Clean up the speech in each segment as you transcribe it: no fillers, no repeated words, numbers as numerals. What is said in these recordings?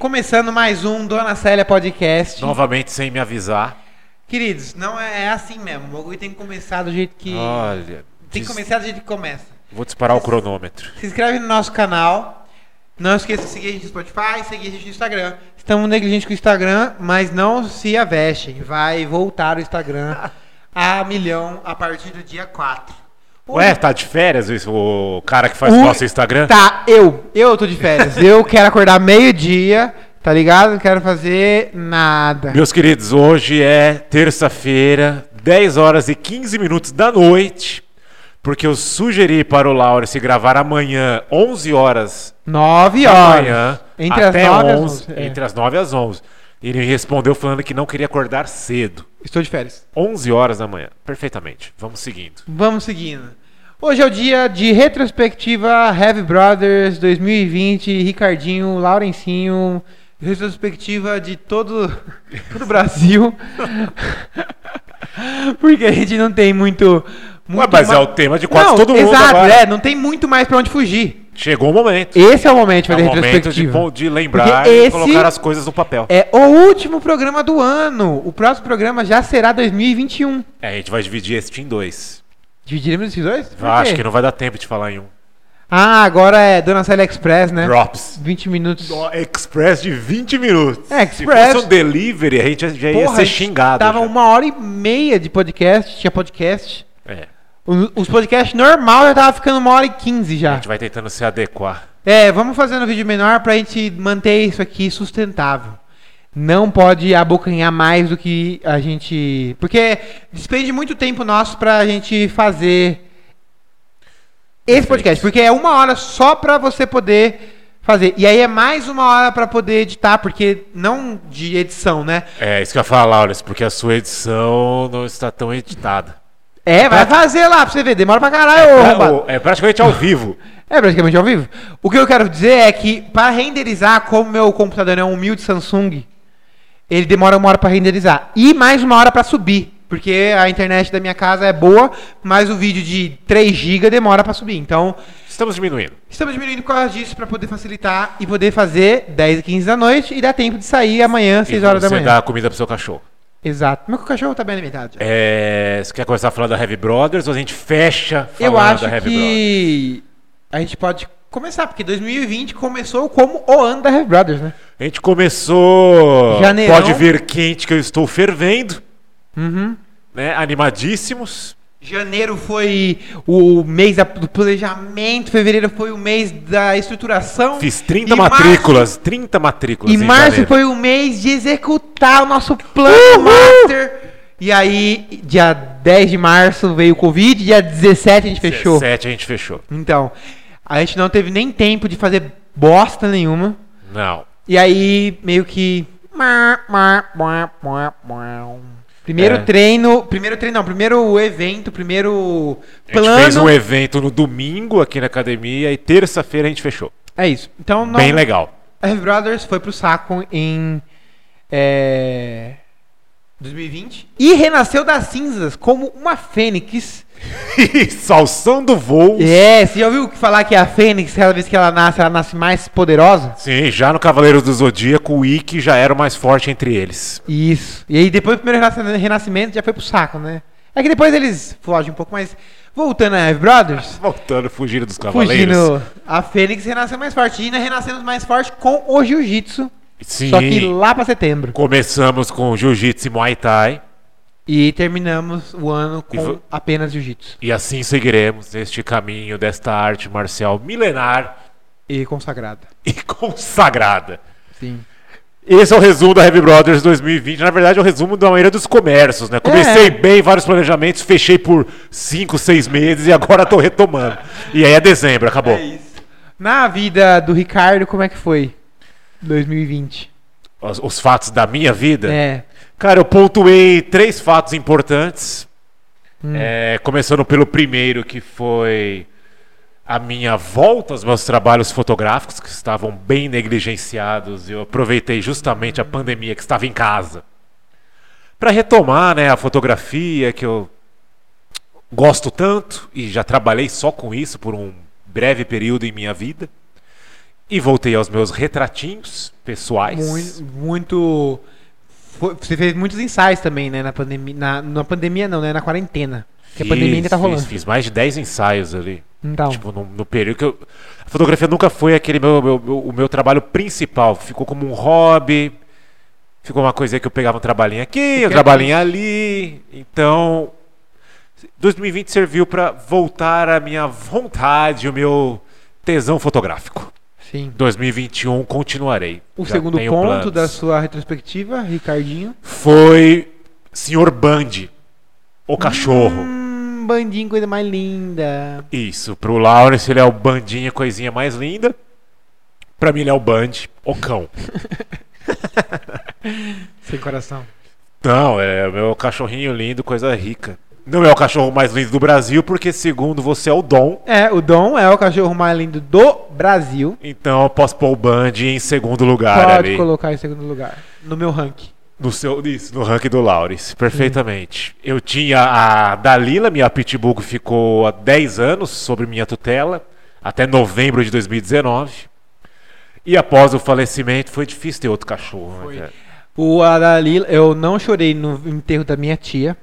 começando mais um Dona Célia Podcast. Novamente sem me avisar. Queridos, não é assim mesmo. O bagulho tem que começar do jeito que... Olha... Tem que começar do jeito que começa. Vou disparar o cronômetro. Se inscreve no nosso canal. Não esqueça de seguir a gente no Spotify, seguir a gente no Instagram. Estamos negligentes com o Instagram, mas não se avestem. Vai voltar o Instagram a milhão a partir do dia 4. Ué, tá de férias o cara que faz o nosso Instagram? Tá, eu tô de férias. Eu quero acordar meio-dia, tá ligado? Não quero fazer nada. Meus queridos, hoje é terça-feira, 10 horas e 15 minutos da noite, porque eu sugeri para o Lauro se gravar amanhã, 11 horas 9 horas. da manhã, Entre até as 9 às 11, 11. entre as 9 às 11. Ele me respondeu falando que não queria acordar cedo. Estou de férias. 11 horas da manhã. Perfeitamente. Vamos seguindo. Vamos seguindo. Hoje é o dia de retrospectiva Heavy Brothers 2020, Ricardinho, Laurencinho, retrospectiva de todo o Brasil. Porque a gente não tem muito Ué, mas é o tema de quase todo mundo exato, agora. não tem muito mais pra onde fugir. Chegou o momento. Esse é o momento de É fazer o momento retrospectiva. de lembrar Porque e esse colocar as coisas no papel. É o último programa do ano. O próximo programa já será 2021. É, a gente vai dividir este em dois. Dividiremos esses dois? Por Acho quê? que não vai dar tempo de falar em um. Ah, agora é Dona Célia Express, né? Drops. 20 minutos. Express de 20 minutos. É, Se Express. fosse um delivery, a gente já ia ser xingado. Tava já. 1h30 de podcast, tinha podcast. É, Os podcasts normal já tava ficando 1h15 a já. gente vai tentando se adequar. É, vamos fazendo vídeo menor pra gente manter isso aqui sustentável. Não pode abocanhar mais do que a gente... Porque despende muito tempo nosso pra gente fazer esse podcast. Porque é 1 hora só pra você poder fazer. E aí é mais 1 hora pra poder editar, porque não de edição, né? É, isso que eu ia falar, Laura, porque a sua edição não está tão editada. É, vai fazer lá pra você ver. Demora pra caralho, ô arrombado. É praticamente ao vivo. É praticamente ao vivo. O que eu quero dizer é que para renderizar, como meu computador é um humilde Samsung, ele demora 1 hora para renderizar. E mais 1 hora para subir. Porque a internet da minha casa é boa, mas o vídeo de 3 GB demora para subir. Então, Estamos diminuindo. estamos diminuindo por causa disso para poder facilitar e poder fazer 10 e 15 da noite e dar tempo de sair amanhã, 6 horas da Você manhã. dá comida pro seu cachorro. Exato. Meu cachorro tá bem alimentado já. Você quer começar a falar da Heavy Brothers ou a gente fecha falando Eu acho da Heavy Brothers? que a gente pode começar, porque 2020 começou como o ano da Heavy Brothers, né? A gente começou... Janeirão. Pode ver quente que eu estou fervendo, Uhum. né? Animadíssimos. Janeiro foi o mês do planejamento, fevereiro foi o mês da estruturação. Fiz 30 e matrículas, 30 matrículas E em março janeiro. foi o mês de executar o nosso plano master. E aí, dia 10 de março veio o Covid, dia 17 a gente fechou. 17 a gente fechou. Então, a gente não teve nem tempo de fazer bosta nenhuma. Não. E aí, meio que... Primeiro evento, primeiro A plano. gente fez um evento no domingo aqui na academia e terça-feira a gente fechou. É isso. Então, não, Bem legal. a Heavy Brothers foi pro saco em 2020 e renasceu das cinzas como uma fênix. Salsando voo. Você já ouviu falar que a fênix, cada vez que ela nasce mais poderosa? Sim, já no Cavaleiros do Zodíaco, o Ikki já era o mais forte entre eles. Isso. E aí depois do primeiro renascimento já foi pro saco, né? É que depois eles fogem um pouco, mas voltando a Heavy Brothers, Voltando, fugindo dos Cavaleiros. fugindo, a fênix renasceu mais forte. E ainda renascemos mais forte com o jiu-jitsu. Sim. Só que lá pra setembro. Começamos com Jiu-Jitsu e Muay Thai. E terminamos o ano com vo- apenas jiu-jitsu. E assim seguiremos neste caminho desta arte marcial milenar E consagrada. e consagrada. Sim. Esse é o resumo da Heavy Brothers 2020. Na verdade, é o resumo da maioria dos comércios, né? Comecei bem, vários planejamentos, fechei por 5, 6 meses e agora tô retomando. E aí é dezembro, acabou. É isso. Na vida do Ricardo, como é que foi 2020? Os fatos da minha vida. É. Cara, eu pontuei 3 fatos importantes. Começando pelo primeiro, que foi a minha volta aos meus trabalhos fotográficos, que estavam bem negligenciados. Eu aproveitei justamente a pandemia, que estava em casa, para retomar, né, a fotografia, que eu gosto tanto e já trabalhei só com isso por um breve período em minha vida. E voltei aos meus retratinhos pessoais. Você fez muitos ensaios também, né? Na pandemia. Na pandemia não, né? Na quarentena. Porque a pandemia ainda tá rolando. Fiz mais de 10 ensaios ali. Então. Tipo, no período que a fotografia nunca foi aquele o meu trabalho principal. Ficou como um hobby. Ficou uma coisa que eu pegava um trabalhinho aqui, um trabalhinho ali. Então, 2020 serviu para voltar a minha vontade, o meu tesão fotográfico. Sim. 2021 continuarei. O segundo ponto da sua retrospectiva, Ricardinho? Foi Sr. Band, o cachorro. Bandinho, coisa mais linda. Isso, pro Lawrence ele é o Bandinho, coisinha mais linda. Pra mim ele é o Band, o cão. Sem coração. Não, é o meu cachorrinho lindo, coisa rica. Não é o cachorro mais lindo do Brasil, porque segundo você é o Dom. O Dom é o cachorro mais lindo do Brasil. Então eu posso pôr o Band em segundo lugar. Pode ali. Colocar em segundo lugar. No meu ranking. No ranking do Lawrence, perfeitamente. Eu tinha a Dalila, minha pitbull, que ficou há 10 anos sobre minha tutela, até novembro de 2019. E após o falecimento, foi difícil ter outro cachorro. Foi. Né, a Dalila, eu não chorei no enterro da minha tia.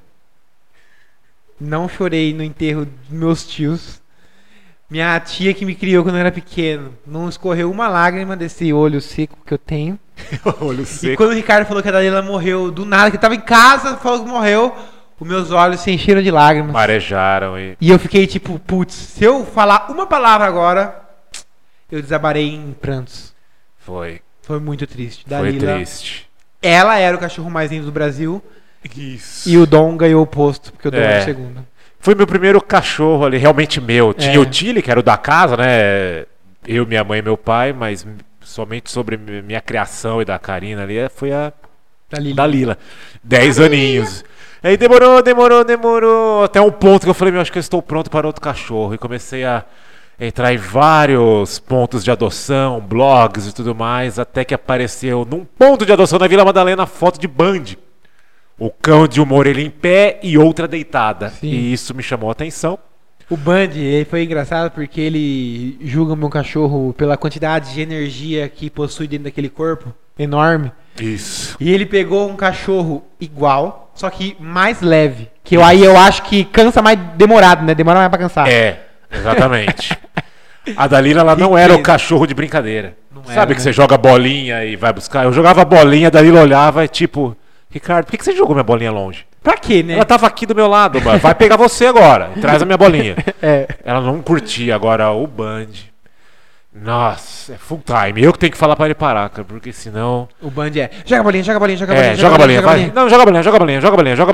Não chorei no enterro dos meus tios. Minha tia que me criou quando eu era pequeno. Não escorreu uma lágrima desse olho seco que eu tenho. Olho seco. E quando o Ricardo falou que a Dalila morreu do nada, que eu tava em casa, falou que morreu, os meus olhos se encheram de lágrimas. Marejaram. E eu fiquei tipo, putz, se eu falar uma palavra agora, eu desabarei em prantos. Foi muito triste. Dalila, foi triste. Ela era o cachorro mais lindo do Brasil. Isso. E o Dom ganhou o posto, porque o Dom era o segundo. Foi meu primeiro cachorro ali, realmente meu. Tinha o Tilly, que era o da casa, né? Eu, minha mãe e meu pai, mas somente sobre minha criação e da Karina ali foi a Dalila. 10 aninhos. Aí demorou. Até um ponto que eu falei, acho que eu estou pronto para outro cachorro. E comecei a entrar em vários pontos de adoção, blogs e tudo mais, até que apareceu num ponto de adoção na Vila Madalena foto de Band. O cão de uma orelha em pé e outra deitada. Sim. E isso me chamou a atenção. O Band, ele foi engraçado porque ele julga o meu cachorro pela quantidade de energia que possui dentro daquele corpo enorme. Isso. E ele pegou um cachorro igual, só que mais leve. Que aí eu acho que cansa mais demorado, né? Demora mais pra cansar. Exatamente. A Dalila, ela não era o cachorro de brincadeira. Sabe que você joga bolinha e vai buscar? Eu jogava bolinha, a Dalila olhava e tipo... Ricardo, por que você jogou minha bolinha longe? Pra quê, né? Ela tava aqui do meu lado, mano. Vai pegar você agora. Traz a minha bolinha. Ela não curtia. Agora o Band. Nossa, é full time. Eu que tenho que falar pra ele parar, cara. Porque senão. O Band joga a bolinha. Joga a bolinha, vai. Não, joga a bolinha. Joga a bolinha.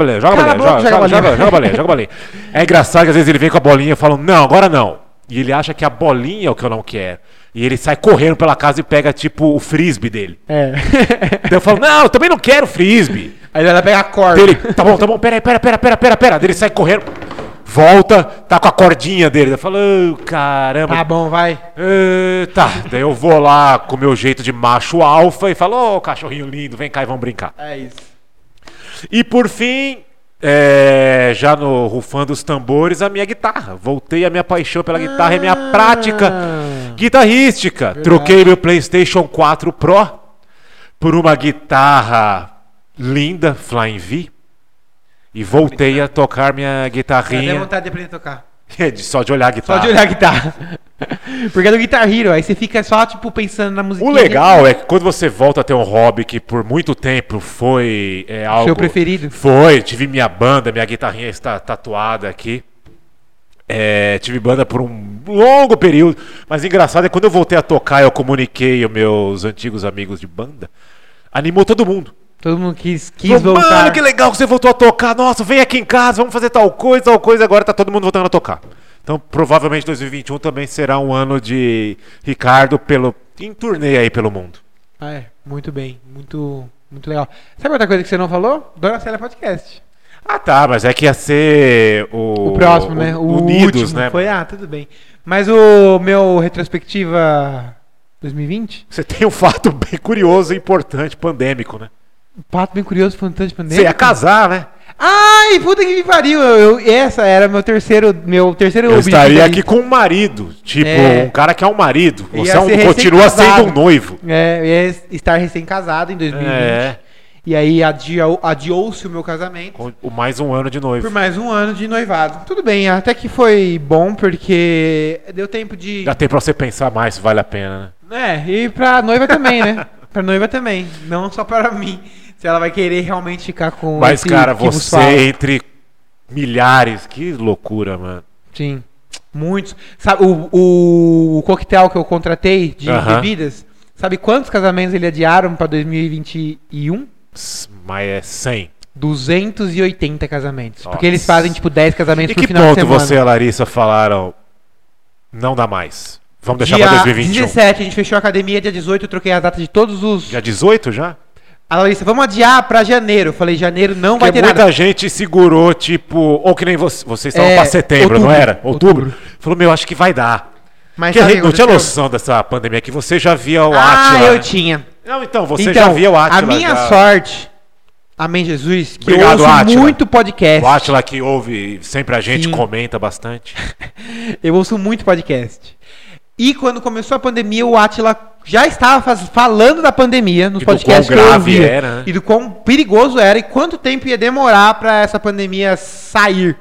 É engraçado que às vezes ele vem com a bolinha e fala, não, agora não. E ele acha que a bolinha é o que eu não quero. E ele sai correndo pela casa e pega, tipo, o frisbee dele. Daí eu falo, não, eu também não quero frisbee. Aí ela pega a corda. Dele, tá bom, pera. Daí ele sai correndo, volta, tá com a cordinha dele. Daí eu falo, caramba. Tá bom, vai. Tá, daí eu vou lá com o meu jeito de macho alfa e falo, cachorrinho lindo, vem cá e vamos brincar. É isso. E por fim... já no rufando os tambores, a minha guitarra. Voltei a minha paixão pela guitarra e minha prática guitarrística. Verdade. Troquei meu PlayStation 4 Pro por uma guitarra linda, Flying V. E voltei a tocar minha guitarrinha. Dá vontade de aprender a tocar. Só de olhar a guitarra. Só de olhar a guitarra. Porque é do Guitar Hero, aí você fica só, tipo, pensando na musiquinha. O legal é que quando você volta a ter um hobby que por muito tempo foi algo... Seu preferido? Foi, tive minha banda, minha guitarrinha está tatuada aqui. Tive banda por um longo período. Mas engraçado é que quando eu voltei a tocar, eu comuniquei aos meus antigos amigos de banda. Animou todo mundo. Todo mundo quis voltar. Mano, que legal que você voltou a tocar. Nossa, vem aqui em casa, vamos fazer tal coisa. Agora tá todo mundo voltando a tocar. Então, provavelmente 2021 também será um ano de Ricardo em turnê aí pelo mundo. Muito bem. Muito legal. Sabe outra coisa que você não falou? Dona Célia Podcast. Tá, mas é que ia ser o próximo, né? O Unidos, último, né? Foi, tudo bem. Mas o meu retrospectiva 2020? Você tem um fato bem curioso e importante, pandêmico, né? Um fato bem curioso, importante, pandêmico. Você ia casar, né? Ai, puta que me pariu. Essa era meu terceiro Eu objetivo. estaria aqui com um marido. Tipo, um cara que é um marido. Você continua sendo um noivo. Eu ia estar recém-casado em 2020. E aí adiou-se o meu casamento. Com mais um ano de noivo. Por mais um ano de noivado. Tudo bem, até que foi bom, porque deu tempo de... Dá tempo pra você pensar mais se vale a pena, né? E pra noiva também, né? Pra noiva também. Não só para mim. Se ela vai querer realmente ficar com... Mas, cara, você entre milhares, que loucura, mano. Sim, muitos. Sabe, o coquetel que eu contratei de bebidas, sabe quantos casamentos ele adiaram pra 2021? Mas é 100. 280 casamentos. Nossa. Porque eles fazem, tipo, 10 casamentos por final de semana. E que ponto você e a Larissa falaram, não dá mais, vamos deixar pra 2021? Dia 17, a gente fechou a academia, dia 18 eu troquei a data de todos os... Dia 18 já? A Larissa, vamos adiar pra janeiro. Eu falei, janeiro não vai ter nada. Muita gente segurou, tipo... Ou que nem vocês estavam pra setembro, outubro, não era? Outubro. Falou, acho que vai dar. Mas porque a gente não tinha noção dessa pandemia, que você já via o Átila. Eu tinha. Não, então, você já via o Átila. A minha sorte, amém Jesus, que obrigado, eu ouço Átila. muito podcast. O Átila que ouve sempre a gente, comenta bastante. Eu ouço muito podcast. E quando começou a pandemia, o Átila já estava falando da pandemia nos podcasts que eu ouvia. Era, né? E do quão perigoso era e quanto tempo ia demorar para essa pandemia sair.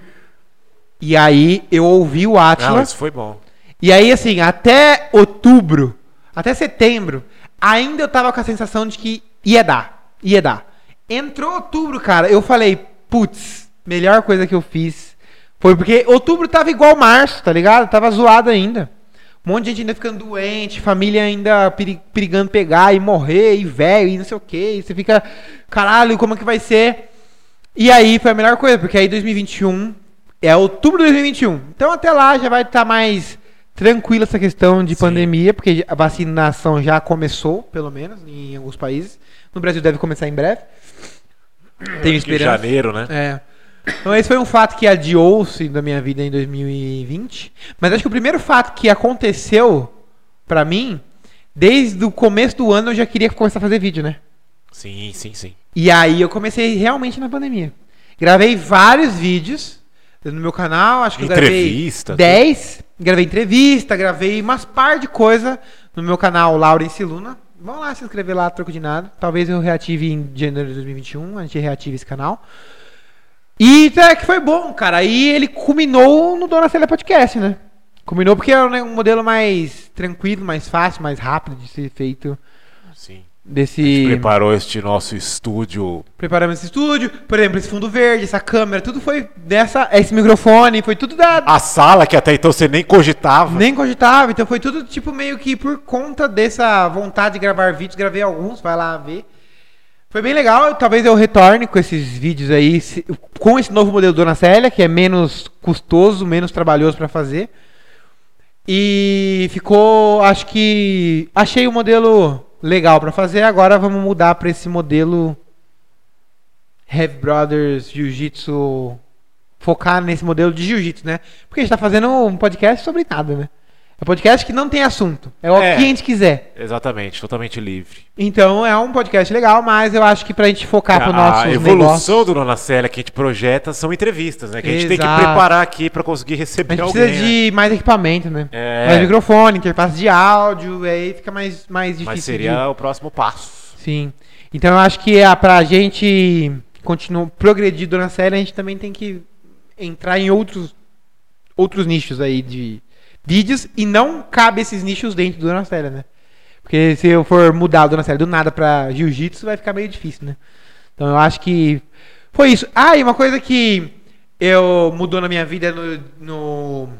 E aí eu ouvi o Átila. Não, isso foi bom. E aí, assim, até outubro, até setembro, ainda eu tava com a sensação de que ia dar. Entrou outubro, cara, eu falei, putz, melhor coisa que eu fiz foi porque outubro tava igual março, tá ligado? Tava zoado ainda. Um monte de gente ainda ficando doente, família ainda perigando pegar e morrer, e velho, e não sei o que. E você fica, caralho, como é que vai ser? E aí foi a melhor coisa, porque aí 2021, é outubro de 2021. Então até lá já vai estar mais tranquila essa questão de pandemia, porque a vacinação já começou, pelo menos, em alguns países. No Brasil deve começar em breve. Tenho esperança. Em janeiro, né? Então esse foi um fato que adiou-se da minha vida em 2020. Mas acho que o primeiro fato que aconteceu pra mim, desde o começo do ano eu já queria começar a fazer vídeo, né? Sim. E aí eu comecei realmente na pandemia. Gravei vários vídeos no meu canal, acho que eu gravei 10. Gravei entrevista, gravei umas par de coisa no meu canal Laurence Luna. Vão lá se inscrever lá, troco de nada. Talvez eu reative em janeiro de 2021, a gente reative esse canal. E até que foi bom, cara. Aí ele culminou no Dona Célia Podcast, né? Culminou porque é um modelo mais tranquilo, mais fácil, mais rápido de ser feito. Sim. A gente preparou este nosso estúdio. Preparamos esse estúdio, por exemplo, esse fundo verde, essa câmera, tudo foi esse microfone, foi tudo a sala que até então você nem cogitava. Então foi tudo tipo meio que por conta dessa vontade de gravar vídeos, gravei alguns, vai lá ver. Foi bem legal, talvez eu retorne com esses vídeos aí, com esse novo modelo Dona Célia, que é menos custoso, menos trabalhoso para fazer. E ficou, achei o modelo legal para fazer, agora vamos mudar para esse modelo Heavy Brothers Jiu-Jitsu, focar nesse modelo de Jiu-Jitsu, né? Porque a gente tá fazendo um podcast sobre nada, né? É um podcast que não tem assunto, é o que a gente quiser. Exatamente, totalmente livre. Então é um podcast legal, mas eu acho que pra gente focar pro nosso negócio... A evolução do Dona Célia que a gente projeta são entrevistas, né? Que a gente tem que preparar aqui pra conseguir receber alguém. A gente precisa de mais equipamento, né? Mais microfone, interface de áudio, aí fica mais difícil. Mas seria o próximo passo. Sim. Então eu acho que pra gente progredir Dona Célia, a gente também tem que entrar em outros nichos aí de vídeos, e não cabe esses nichos dentro do Dona Célia, né? Porque se eu for mudar o Dona Célia do nada pra Jiu-Jitsu, vai ficar meio difícil, né? Então eu acho que foi isso. E uma coisa que mudou na minha vida no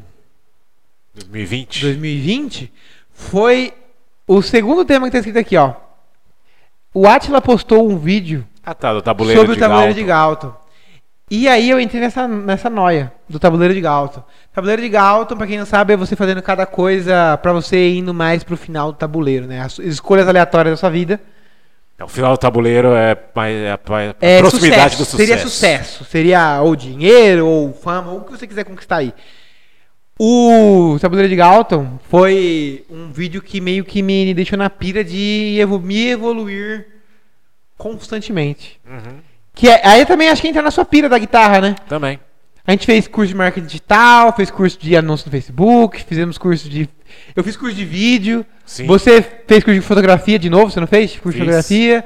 2020 foi o segundo tema que tá escrito aqui, ó. O Átila postou um vídeo do tabuleiro sobre o tabuleiro de Galton. E aí eu entrei nessa noia do tabuleiro de Galton. Tabuleiro de Galton, pra quem não sabe, é você fazendo cada coisa pra você indo mais pro final do tabuleiro, né? As escolhas aleatórias da sua vida. O final do tabuleiro é a proximidade do sucesso. Seria sucesso. Seria ou dinheiro, ou fama, ou o que você quiser conquistar aí. O tabuleiro de Galton foi um vídeo que meio que me deixou na pira de me evoluir constantemente. Aí também acho que entra na sua pira da guitarra, né? Também. A gente fez curso de marketing digital, fez curso de anúncio no Facebook, fizemos curso de... Eu fiz curso de vídeo. Sim. Você fez curso de fotografia de novo, você não fez? Curso de fotografia.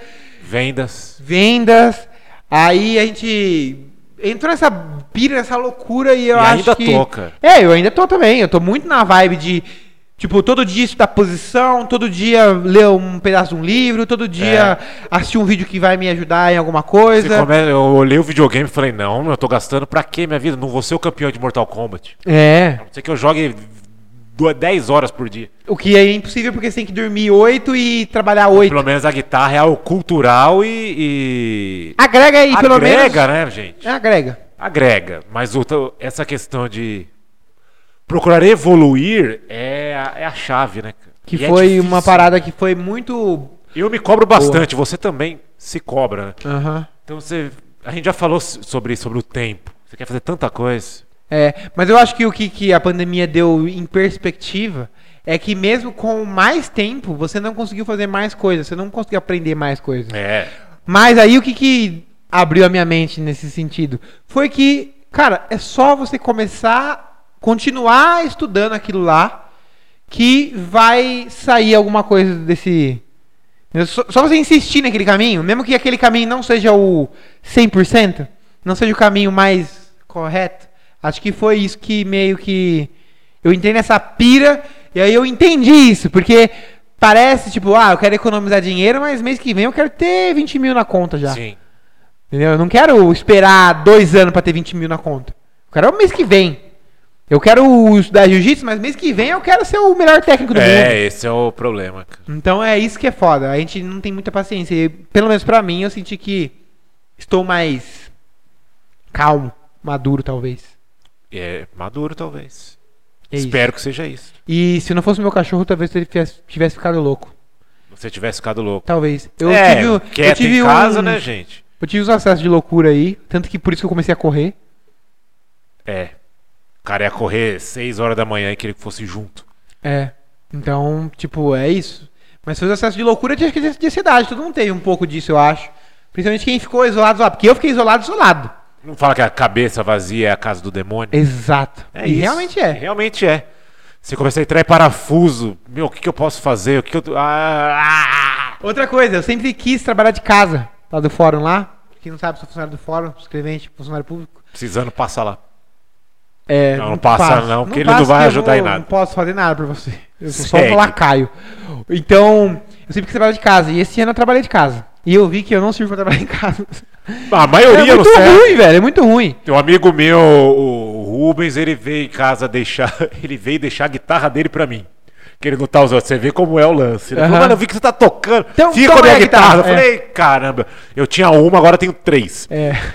Vendas. Aí a gente entrou nessa pira, nessa loucura e eu acho ainda que... toca. Eu ainda tô também. Eu tô muito na vibe de... Tipo, todo dia estudar posição, todo dia ler um pedaço de um livro, todo dia assistir um vídeo que vai me ajudar em alguma coisa. Eu olhei o videogame e falei, não, eu tô gastando pra quê minha vida? Não vou ser o campeão de Mortal Kombat. A não ser que eu jogue 10 horas por dia. O que é impossível porque você tem que dormir 8 e trabalhar 8. Pelo menos a guitarra é algo cultural e... Agrega aí, pelo menos. Agrega, né, gente? Agrega. Mas essa questão de procurar evoluir é a chave, né? Que foi uma parada que foi muito... Eu me cobro bastante, você também se cobra, né? Uhum. Então a gente já falou sobre o tempo. Você quer fazer tanta coisa. Mas eu acho que o que a pandemia deu em perspectiva é que mesmo com mais tempo, você não conseguiu fazer mais coisas, você não conseguiu aprender mais coisas. Mas aí o que abriu a minha mente nesse sentido? Foi que, cara, é só você continuar estudando aquilo lá, que vai sair alguma coisa desse... Só você insistir naquele caminho, mesmo que aquele caminho não seja o 100%, não seja o caminho mais correto. Acho que foi isso que meio que... Eu entrei nessa pira, e aí eu entendi isso, porque parece, tipo, eu quero economizar dinheiro, mas mês que vem eu quero ter 20 mil na conta já. Sim. Entendeu? Eu não quero esperar 2 anos pra ter 20 mil na conta. Eu quero o mês que vem. Eu quero estudar jiu-jitsu, mas mês que vem eu quero ser o melhor técnico do mundo. Esse é o problema. Então é isso que é foda. A gente não tem muita paciência. E, pelo menos pra mim, eu senti que estou mais calmo, maduro, talvez. Maduro, talvez. Isso. Espero que seja isso. E se não fosse meu cachorro, talvez ele tivesse ficado louco. Você tivesse ficado louco. Talvez. Eu tive em casa, né, gente? Eu tive uns acessos de loucura aí. Tanto que por isso que eu comecei a correr. O cara ia correr 6 horas da manhã e queria que fosse junto. Então, tipo, é isso. Mas foi um acesso de loucura de ansiedade. Todo mundo teve um pouco disso, eu acho. Principalmente quem ficou isolado. Porque eu fiquei isolado. Não fala que a cabeça vazia é a casa do demônio? Exato. E realmente é. Realmente é. Você começa a entrar em parafuso. Meu, o que eu posso fazer? Outra coisa, eu sempre quis trabalhar de casa. Lá do fórum lá. Quem não sabe, sou funcionário do fórum, escrevente, funcionário público. Precisando passar lá. Não passa não, porque ele não vai ajudar em nada. Não posso fazer nada pra você. Eu sou só um lacaio. Então, eu sempre quis trabalhar de casa. E esse ano eu trabalhei de casa. E eu vi que eu não sirvo pra trabalhar em casa. A maioria não serve. É muito ruim, velho. É muito ruim. Tem um amigo meu, o Rubens, ele veio em casa ele veio deixar a guitarra dele pra mim. Que ele não tá usando. Você vê como é o lance. Ele falou, mano, eu vi que você tá tocando. Então, fica com a minha guitarra. Eu falei, caramba, eu tinha uma, agora eu tenho 3.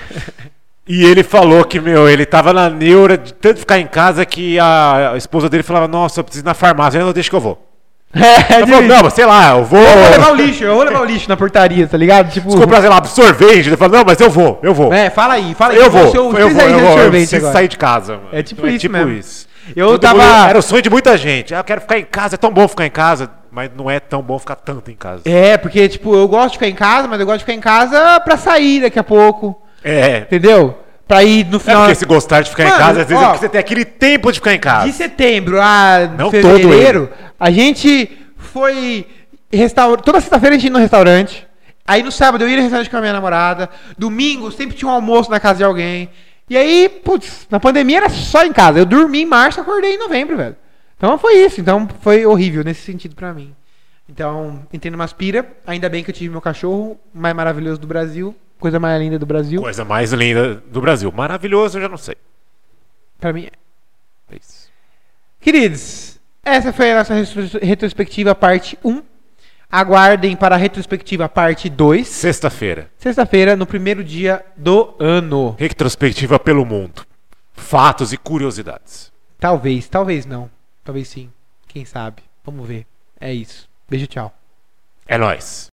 E ele falou que, ele tava na neura de tanto ficar em casa que a esposa dele falava, nossa, eu preciso ir na farmácia. Não, deixa que eu vou. Não, mas sei lá, eu vou. Eu vou levar o lixo na portaria, tá ligado? Tipo, se comprar, sei lá, sorvete. Ele falou, não, mas eu vou. Fala aí. Eu vou. Eu preciso sair de casa. Mano. É tipo isso mesmo. Era o sonho de muita gente. Eu quero ficar em casa, é tão bom ficar em casa. Mas não é tão bom ficar tanto em casa. Porque, tipo, eu gosto de ficar em casa, mas eu gosto de ficar em casa pra sair daqui a pouco. Entendeu? Pra ir no final. Porque se gostar de ficar em casa, às vezes é porque você tem aquele tempo de ficar em casa. De setembro a fevereiro, a gente foi. Toda sexta-feira a gente ia no restaurante. Aí no sábado eu ia no restaurante com a minha namorada. Domingo sempre tinha um almoço na casa de alguém. E aí, putz, na pandemia era só em casa. Eu dormi em março, acordei em novembro, velho. Então foi isso. Então foi horrível nesse sentido pra mim. Então, entrei numa aspira. Ainda bem que eu tive meu cachorro mais maravilhoso do Brasil. Coisa mais linda do Brasil. Coisa mais linda do Brasil. Maravilhoso, eu já não sei. Pra mim é isso. Queridos, essa foi a nossa retrospectiva parte 1. Aguardem para a retrospectiva parte 2. Sexta-feira. Sexta-feira, no primeiro dia do ano. Retrospectiva pelo mundo. Fatos e curiosidades. Talvez não. Talvez sim. Quem sabe? Vamos ver. É isso. Beijo, tchau. É nóis.